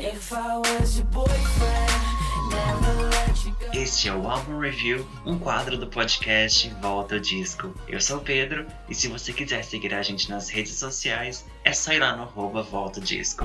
Este é o Álbum Review, um quadro do podcast Volta ao Disco. Eu sou o Pedro, e se você quiser seguir a gente nas redes sociais, é só ir lá no @Volta ao Disco.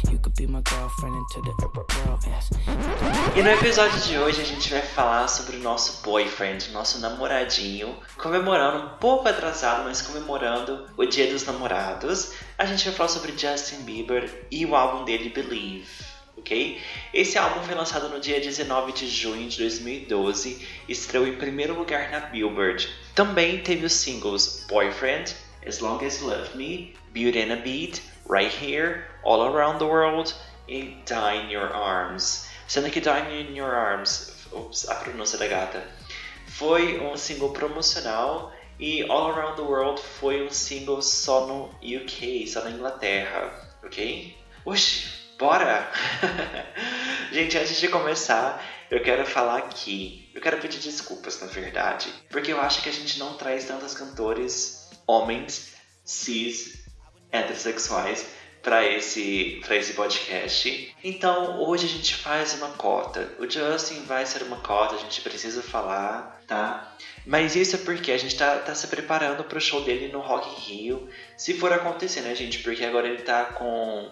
E no episódio de hoje a gente vai falar sobre o nosso boyfriend, nosso namoradinho, comemorando, um pouco atrasado, mas comemorando o Dia dos Namorados. A gente vai falar sobre Justin Bieber e o álbum dele, Believe. Okay? Esse álbum foi lançado no dia 19 de junho de 2012 e estreou em primeiro lugar na Billboard. Também teve os singles Boyfriend, As Long As You Love Me, Beauty and a Beat, Right Here, All Around the World e Die in Your Arms. Sendo que Die in Your Arms, a pronúncia da gata, foi um single promocional e All Around the World foi um single só no UK, só na Inglaterra, ok? Oxi! Bora! Gente, antes de começar, eu quero pedir desculpas, na verdade, porque eu acho que a gente não traz tantos cantores, homens, cis, heterossexuais, para esse podcast. Então, hoje a gente faz uma cota. O Justin vai ser uma cota, a gente precisa falar, tá? Mas isso é porque a gente tá se preparando pro show dele no Rock in Rio, se for acontecer, né, gente? Porque agora ele tá com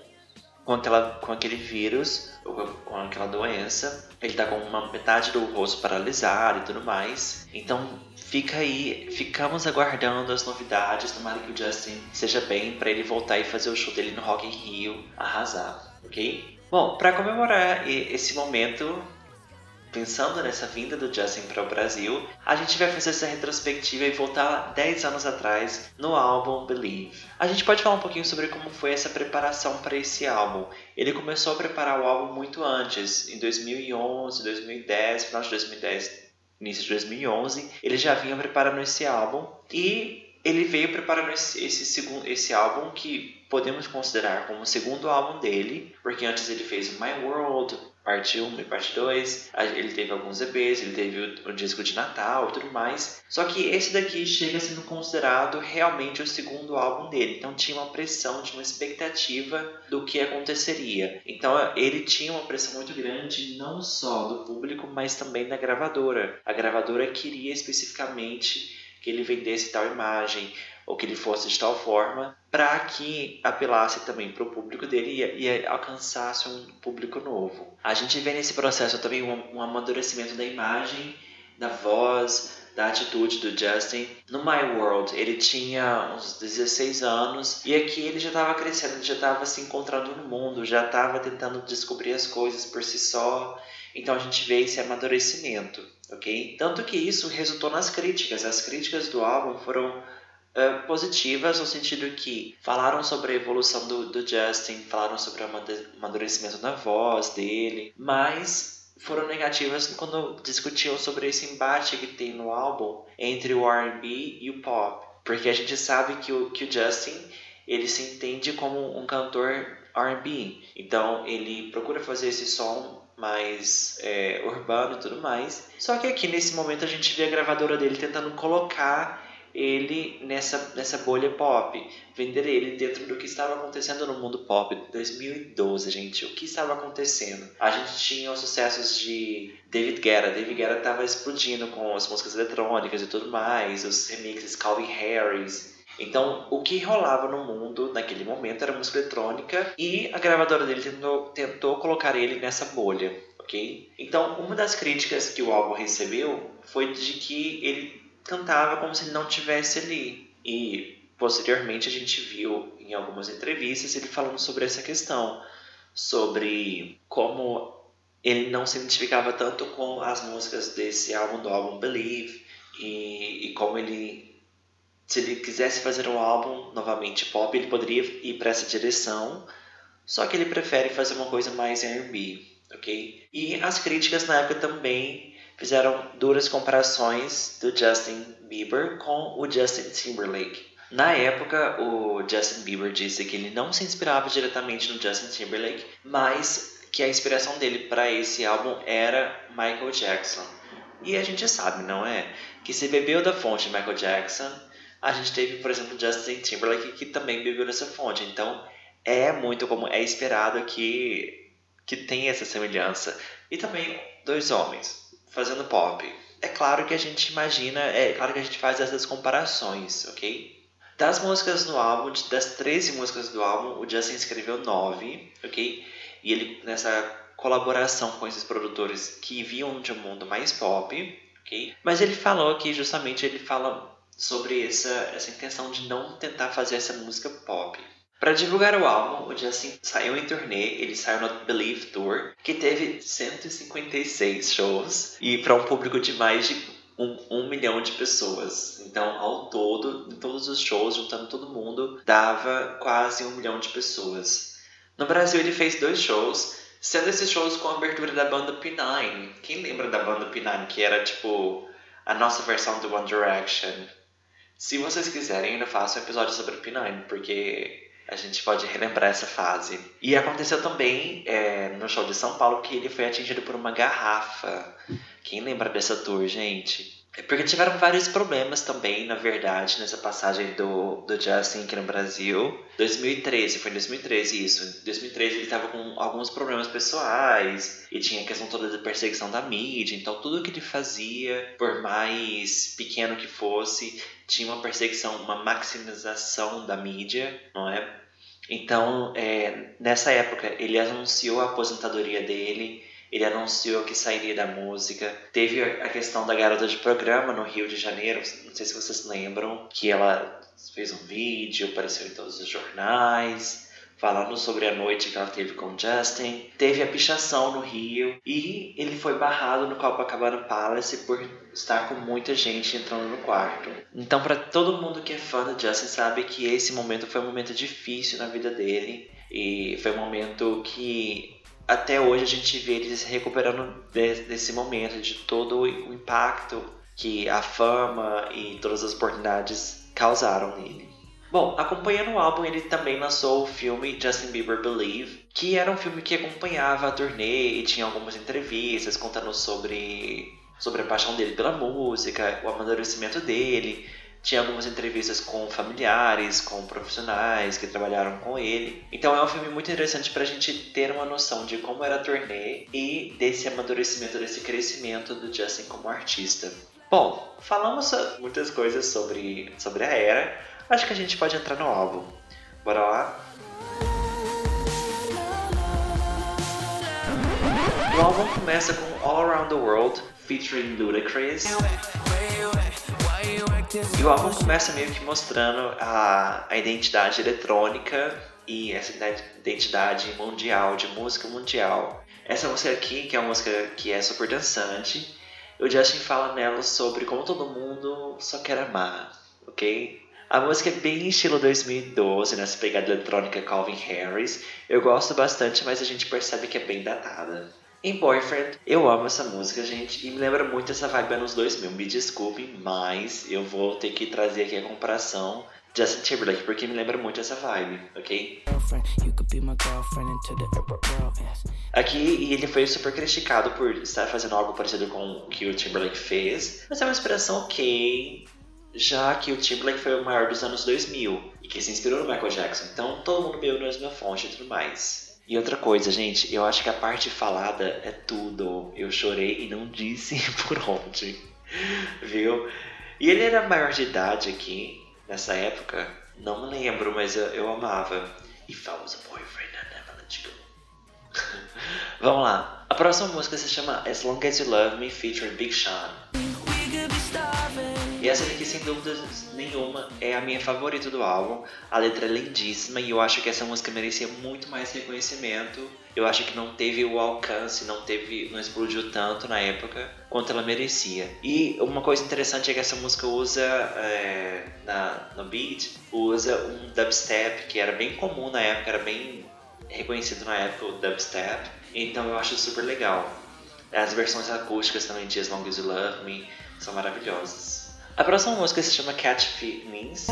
aquele vírus, ou com aquela doença, ele tá com uma metade do rosto paralisado e tudo mais. Então fica aí, ficamos aguardando as novidades. Tomara que o Justin seja bem para ele voltar e fazer o show dele no Rock in Rio, arrasar, ok? Bom, para comemorar esse momento, pensando nessa vinda do Justin para o Brasil, a gente vai fazer essa retrospectiva e voltar 10 anos atrás no álbum Believe. A gente pode falar um pouquinho sobre como foi essa preparação para esse álbum. Ele começou a preparar o álbum muito antes, em 2011, 2010, final de 2010, início de 2011. Ele já vinha preparando esse álbum e ele veio preparando esse álbum que podemos considerar como o segundo álbum dele, porque antes ele fez My World, parte 1 e parte 2, ele teve alguns EPs, ele teve o disco de Natal e tudo mais. Só que esse daqui chega sendo considerado realmente o segundo álbum dele. Então tinha uma pressão, tinha uma expectativa do que aconteceria. Então ele tinha uma pressão muito grande, não só do público, mas também da gravadora. A gravadora queria especificamente que ele vendesse tal imagem, ou que ele fosse de tal forma, para que apelasse também para o público dele e alcançasse um público novo. A gente vê nesse processo também um amadurecimento da imagem, da voz, da atitude do Justin. No My World, ele tinha uns 16 anos e aqui ele já estava crescendo, ele já estava se encontrando no mundo, já estava tentando descobrir as coisas por si só. Então a gente vê esse amadurecimento, ok? Tanto que isso resultou nas críticas. As críticas do álbum foram positivas, no sentido que falaram sobre a evolução do Justin, falaram sobre o amadurecimento da voz dele, mas foram negativas quando discutiam sobre esse embate que tem no álbum entre o R&B e o pop, porque a gente sabe que o Justin, ele se entende como um cantor R&B, então ele procura fazer esse som mais urbano e tudo mais, só que aqui nesse momento a gente vê a gravadora dele tentando colocar ele nessa bolha pop, vender ele dentro do que estava acontecendo no mundo pop de 2012, gente. O que estava acontecendo? A gente tinha os sucessos de David Guetta estava explodindo com as músicas eletrônicas e tudo mais, os remixes Calvin Harris. Então, o que rolava no mundo naquele momento era música eletrônica e a gravadora dele tentou colocar ele nessa bolha, ok? Então, uma das críticas que o álbum recebeu foi de que ele cantava como se ele não estivesse ali. E posteriormente a gente viu em algumas entrevistas ele falando sobre essa questão, sobre como ele não se identificava tanto com as músicas desse álbum, do álbum Believe, e como ele, se ele quisesse fazer um álbum novamente pop, ele poderia ir para essa direção, só que ele prefere fazer uma coisa mais R&B, ok? E as críticas na época também fizeram duras comparações do Justin Bieber com o Justin Timberlake. Na época, o Justin Bieber disse que ele não se inspirava diretamente no Justin Timberlake, mas que a inspiração dele para esse álbum era Michael Jackson. E a gente sabe, não é? Que se bebeu da fonte de Michael Jackson, a gente teve, por exemplo, Justin Timberlake que também bebeu dessa fonte. Então, é muito como é esperado que que tem essa semelhança. E também dois homens fazendo pop. É claro que a gente imagina, é claro que a gente faz essas comparações, ok? Das músicas do álbum, das 13 músicas do álbum, o Justin escreveu 9, ok? E ele, nessa colaboração com esses produtores que viam de um mundo mais pop, ok? Mas ele falou que justamente ele fala sobre essa intenção de não tentar fazer essa música pop. Para divulgar o álbum, o Justin saiu em turnê, ele saiu no Believe Tour, que teve 156 shows e para um público de mais de 1 milhão de pessoas. Então, ao todo, em todos os shows, juntando todo mundo, dava quase 1 milhão de pessoas. No Brasil, ele fez 2 shows, sendo esses shows com a abertura da banda P9. Quem lembra da banda P9, que era tipo a nossa versão do One Direction? Se vocês quiserem, ainda faço um episódio sobre P9, porque a gente pode relembrar essa fase. E aconteceu também no show de São Paulo que ele foi atingido por uma garrafa. Quem lembra dessa tour, gente? É porque tiveram vários problemas também, na verdade, nessa passagem do Justin aqui no Brasil. 2013, foi em 2013 isso. Em 2013 ele estava com alguns problemas pessoais e tinha a questão toda da perseguição da mídia. Então tudo que ele fazia, por mais pequeno que fosse, tinha uma perseguição, uma maximização da mídia, não é? Então, nessa época, ele anunciou a aposentadoria dele, ele anunciou que sairia da música. Teve a questão da garota de programa no Rio de Janeiro, não sei se vocês lembram, que ela fez um vídeo, apareceu em todos os jornais, falando sobre a noite que ela teve com o Justin. Teve a pichação no Rio e ele foi barrado no Copacabana Palace por estar com muita gente entrando no quarto. Então, para todo mundo que é fã do Justin sabe que esse momento foi um momento difícil na vida dele e foi um momento que até hoje a gente vê ele se recuperando desse momento, de todo o impacto que a fama e todas as oportunidades causaram nele. Bom, acompanhando o álbum, ele também lançou o filme Justin Bieber Believe, que era um filme que acompanhava a turnê e tinha algumas entrevistas contando sobre a paixão dele pela música, o amadurecimento dele. Tinha algumas entrevistas com familiares, com profissionais que trabalharam com ele. Então é um filme muito interessante pra gente ter uma noção de como era a turnê e desse amadurecimento, desse crescimento do Justin como artista. Bom, falamos muitas coisas sobre a era. Acho que a gente pode entrar no álbum. Bora lá? O álbum começa com All Around the World, featuring Ludacris. E o álbum começa meio que mostrando a identidade eletrônica e essa identidade mundial, de música mundial. Essa música aqui, que é uma música que é super dançante, o Justin fala nela sobre como todo mundo só quer amar, ok? A música é bem estilo 2012, nessa pegada eletrônica Calvin Harris. Eu gosto bastante, mas a gente percebe que é bem datada. Em Boyfriend, eu amo essa música, gente, e me lembra muito essa vibe anos 2000. Me desculpem, mas eu vou ter que trazer aqui a comparação Justin Timberlake, porque me lembra muito essa vibe, ok? Aqui, ele foi super criticado por estar fazendo algo parecido com o que o Timberlake fez, mas é uma inspiração ok, já que o Timberlake foi o maior dos anos 2000 e que se inspirou no Michael Jackson, então todo mundo veio na mesma fonte e tudo mais. E outra coisa, gente, eu acho que a parte falada é tudo. Eu chorei e não disse por onde, viu? E ele era maior de idade aqui, nessa época? Não me lembro, mas eu amava. If I was a boyfriend, I'd never let you go. Vamos lá. A próxima música se chama As Long As You Love Me, featuring Big Sean. E essa daqui, sem dúvida nenhuma, é a minha favorita do álbum. A letra é lindíssima e eu acho que essa música merecia muito mais reconhecimento. Eu acho que não teve o alcance, não explodiu tanto na época quanto ela merecia. E uma coisa interessante é que essa música usa, no beat, usa um dubstep que era bem comum na época, era bem reconhecido na época o dubstep. Então eu acho super legal. As versões acústicas também de As Long As You Love Me são maravilhosas. A próxima música se chama Catch Feelings.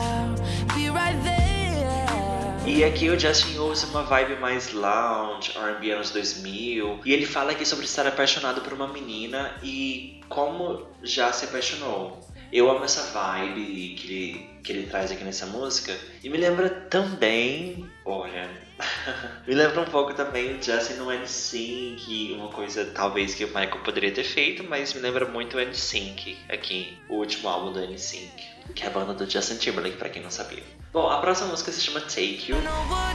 E aqui o Justin usa uma vibe mais lounge, R&B anos 2000. E ele fala aqui sobre estar apaixonado por uma menina e como já se apaixonou. Eu amo essa vibe que ele traz aqui nessa música. E me lembra também, olha, Me lembra um pouco também o Justin no NSYNC, uma coisa talvez que o Michael poderia ter feito, mas me lembra muito o NSYNC aqui, o último álbum do NSYNC, que é a banda do Justin Timberlake, pra quem não sabia. Bom, a próxima música se chama Take You.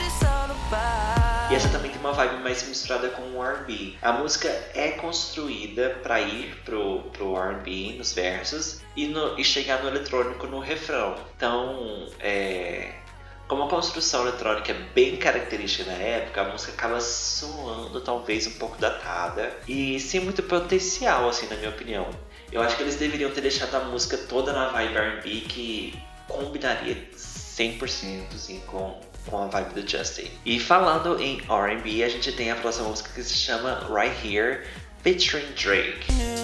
E essa também tem uma vibe mais misturada com o R&B. A música é construída para ir pro R&B nos versos e chegar no eletrônico no refrão. Então, como a construção eletrônica é bem característica da época, a música acaba soando talvez um pouco datada e sem muito potencial, assim, na minha opinião. Eu acho que eles deveriam ter deixado a música toda na vibe R&B, que combinaria 100% assim, com a vibe do Justin. E falando em R&B, a gente tem a próxima música que se chama Right Here, featuring Drake.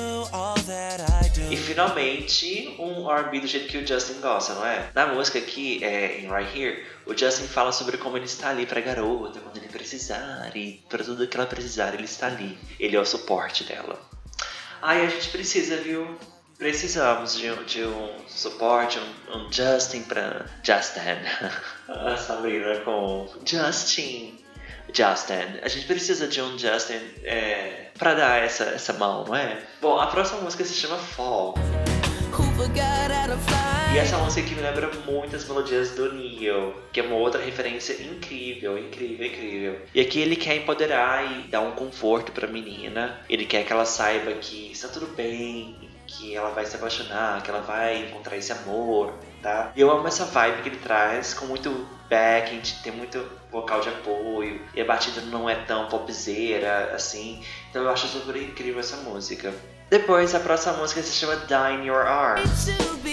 E finalmente, um R&B do jeito que o Justin gosta, não é? Na música aqui, em Right Here, o Justin fala sobre como ele está ali pra garota, quando ele precisar, e pra tudo que ela precisar, ele está ali. Ele é o suporte dela. Ai, a gente precisa, viu? Precisamos de um suporte, um Justin pra... Justin. A Sabrina com Justin. A gente precisa de um Justin pra dar essa mão, não é? Bom, a próxima música se chama Fall. E essa música aqui me lembra muitas melodias do Neil, que é uma outra referência incrível. E aqui ele quer empoderar e dar um conforto pra menina. Ele quer que ela saiba que está tudo bem, que ela vai se apaixonar, que ela vai encontrar esse amor, tá? E eu amo essa vibe que ele traz, com muito backing, tem muito vocal de apoio, e a batida não é tão popzeira, assim. Então eu acho super incrível essa música. Depois, a próxima música se chama Die in Your Arms.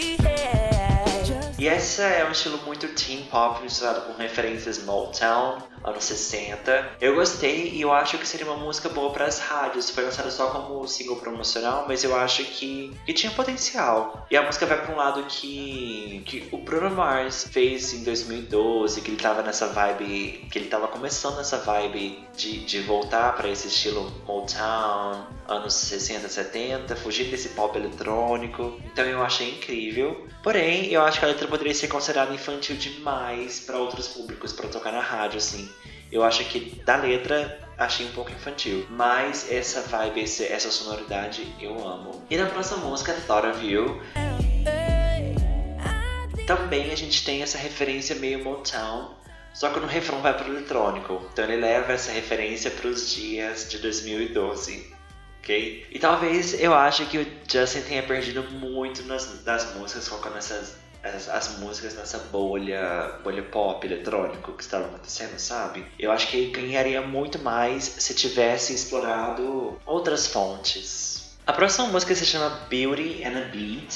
E essa é um estilo muito teen pop misturado com referências Motown, anos 60. Eu gostei e eu acho que seria uma música boa para as rádios. Foi lançada só como single promocional, mas eu acho que tinha potencial. E a música vai para um lado que o Bruno Mars fez em 2012, que ele tava nessa vibe, que ele tava começando essa vibe de voltar para esse estilo Motown, anos 60, 70, fugir desse pop eletrônico. Então eu achei incrível. Porém, eu acho que a letra poderia ser considerada infantil demais para outros públicos, para tocar na rádio, assim. Eu acho que da letra achei um pouco infantil, mas essa vibe, essa sonoridade eu amo. E na próxima música, Thought of You, também a gente tem essa referência meio Motown, só que no refrão vai pro eletrônico. Então ele leva essa referência para os dias de 2012. Okay? E talvez eu ache que o Justin tenha perdido muito das músicas, colocando as músicas nessa bolha pop eletrônico que estava acontecendo, sabe? Eu acho que ele ganharia muito mais se tivesse explorado outras fontes. A próxima música se chama Beauty and a Beat.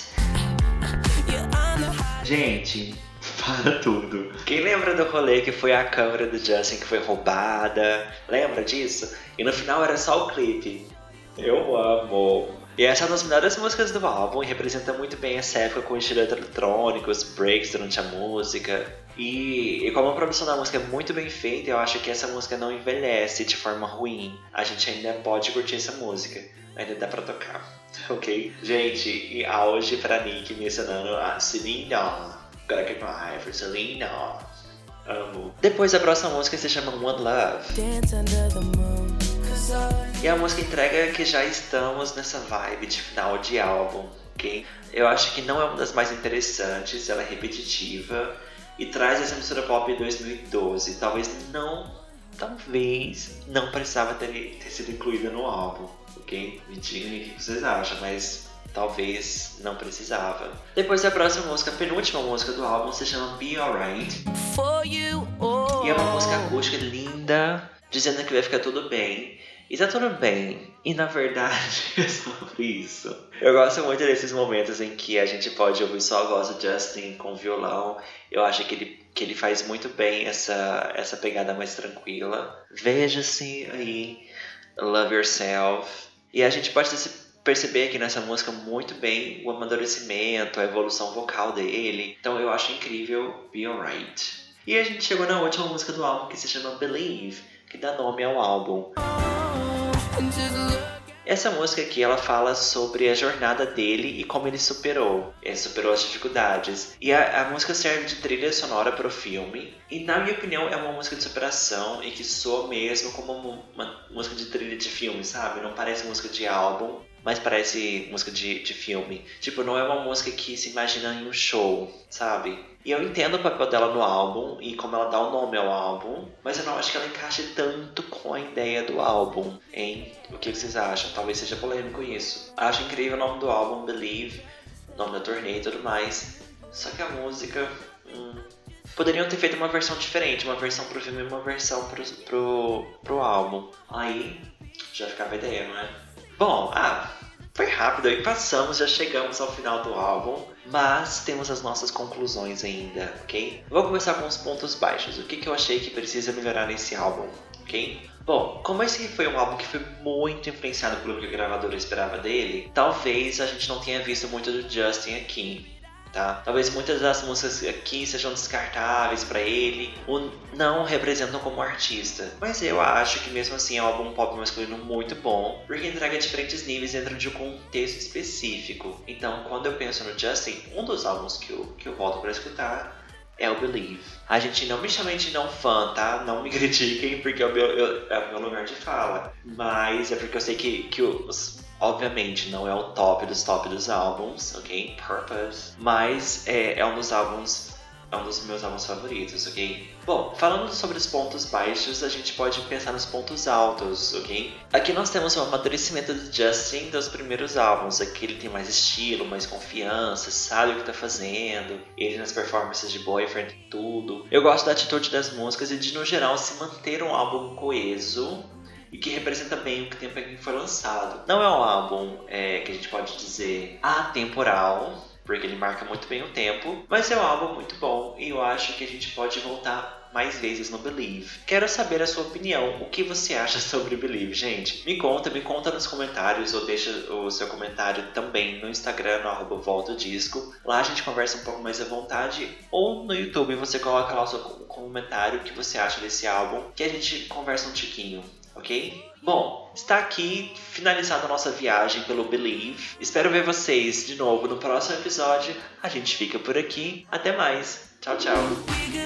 Gente, para tudo. Quem lembra do rolê que foi a câmera do Justin que foi roubada? Lembra disso? E no final era só o clipe. Eu amo! E essa é uma das melhores músicas do álbum e representa muito bem essa época com estilos eletrônicos, breaks durante a música. E como a produção da música é muito bem feita, eu acho que essa música não envelhece de forma ruim. A gente ainda pode curtir essa música, ainda dá pra tocar, ok? Gente, e auge pra Nick mencionando a Celine Dion. Gotta get my eye for Celine Dion. Amo. Depois a próxima música se chama One Love. E a música entrega que já estamos nessa vibe de final de álbum, ok? Eu acho que não é uma das mais interessantes, ela é repetitiva e traz essa mistura pop de 2012. Talvez não precisava ter sido incluída no álbum, ok? Me digam o que vocês acham, mas talvez não precisava. Depois a próxima música, a penúltima música do álbum, se chama Be Alright. E é uma música acústica linda, dizendo que vai ficar tudo bem. E tá tudo bem. E na verdade é sobre isso. Eu gosto muito desses momentos em que a gente pode ouvir só a voz do Justin com violão. Eu acho que ele faz muito bem essa pegada mais tranquila. Veja-se aí, Love Yourself. E a gente pode perceber aqui nessa música muito bem o amadurecimento, a evolução vocal dele. Então eu acho incrível Be Alright. E a gente chegou na última música do álbum, que se chama Believe, que dá nome ao álbum. Essa música aqui, ela fala sobre a jornada dele e como ele superou as dificuldades. E a música serve de trilha sonora para o filme. E na minha opinião, é uma música de superação e que soa mesmo como uma música de trilha de filme, sabe? Não parece música de álbum, mas parece música de filme. Tipo, não é uma música que se imagina em um show, sabe? E eu entendo o papel dela no álbum e como ela dá o nome ao álbum, mas eu não acho que ela encaixe tanto com a ideia do álbum, hein? O que vocês acham? Talvez seja polêmico isso. Acho incrível o nome do álbum, Believe, o nome da turnê e tudo mais. Só que a música... poderiam ter feito uma versão diferente, uma versão pro filme e uma versão pro álbum. Aí já ficava a ideia, não é? Bom, foi rápido aí, passamos, já chegamos ao final do álbum, mas temos as nossas conclusões ainda, ok? Vou começar com os pontos baixos, o que eu achei que precisa melhorar nesse álbum, ok? Bom, como esse foi um álbum que foi muito influenciado pelo que a gravadora esperava dele, talvez a gente não tenha visto muito do Justin aqui. Tá? Talvez muitas das músicas aqui sejam descartáveis para ele ou não representam como artista. Mas eu acho que mesmo assim é um álbum pop masculino muito bom, porque entrega diferentes níveis dentro de um contexto específico. Então, quando eu penso no Justin, um dos álbuns que eu volto para escutar é o Believe. A gente não me chame de não fã, tá? Não me critiquem, porque é o meu lugar de fala. Mas é porque eu sei que obviamente, não é o top dos álbuns, ok? Purpose. Mas é um dos meus álbuns favoritos, ok? Bom, falando sobre os pontos baixos, a gente pode pensar nos pontos altos, ok? Aqui nós temos o amadurecimento do Justin dos primeiros álbuns. Aqui ele tem mais estilo, mais confiança, sabe o que tá fazendo. Ele nas performances de Boyfriend, tudo. Eu gosto da atitude das músicas e de, no geral, se manter um álbum coeso e que representa bem o tempo em que foi lançado. Não é um álbum que a gente pode dizer atemporal, porque ele marca muito bem o tempo, mas é um álbum muito bom e eu acho que a gente pode voltar mais vezes no Believe. Quero saber a sua opinião, o que você acha sobre Believe, gente? Me conta nos comentários ou deixa o seu comentário também no Instagram, no @voltodisco. Lá a gente conversa um pouco mais à vontade, ou no YouTube você coloca lá o seu comentário, o que você acha desse álbum, que a gente conversa um tiquinho. Ok? Bom, está aqui finalizada a nossa viagem pelo Believe. Espero ver vocês de novo no próximo episódio. A gente fica por aqui. Até mais. Tchau, tchau.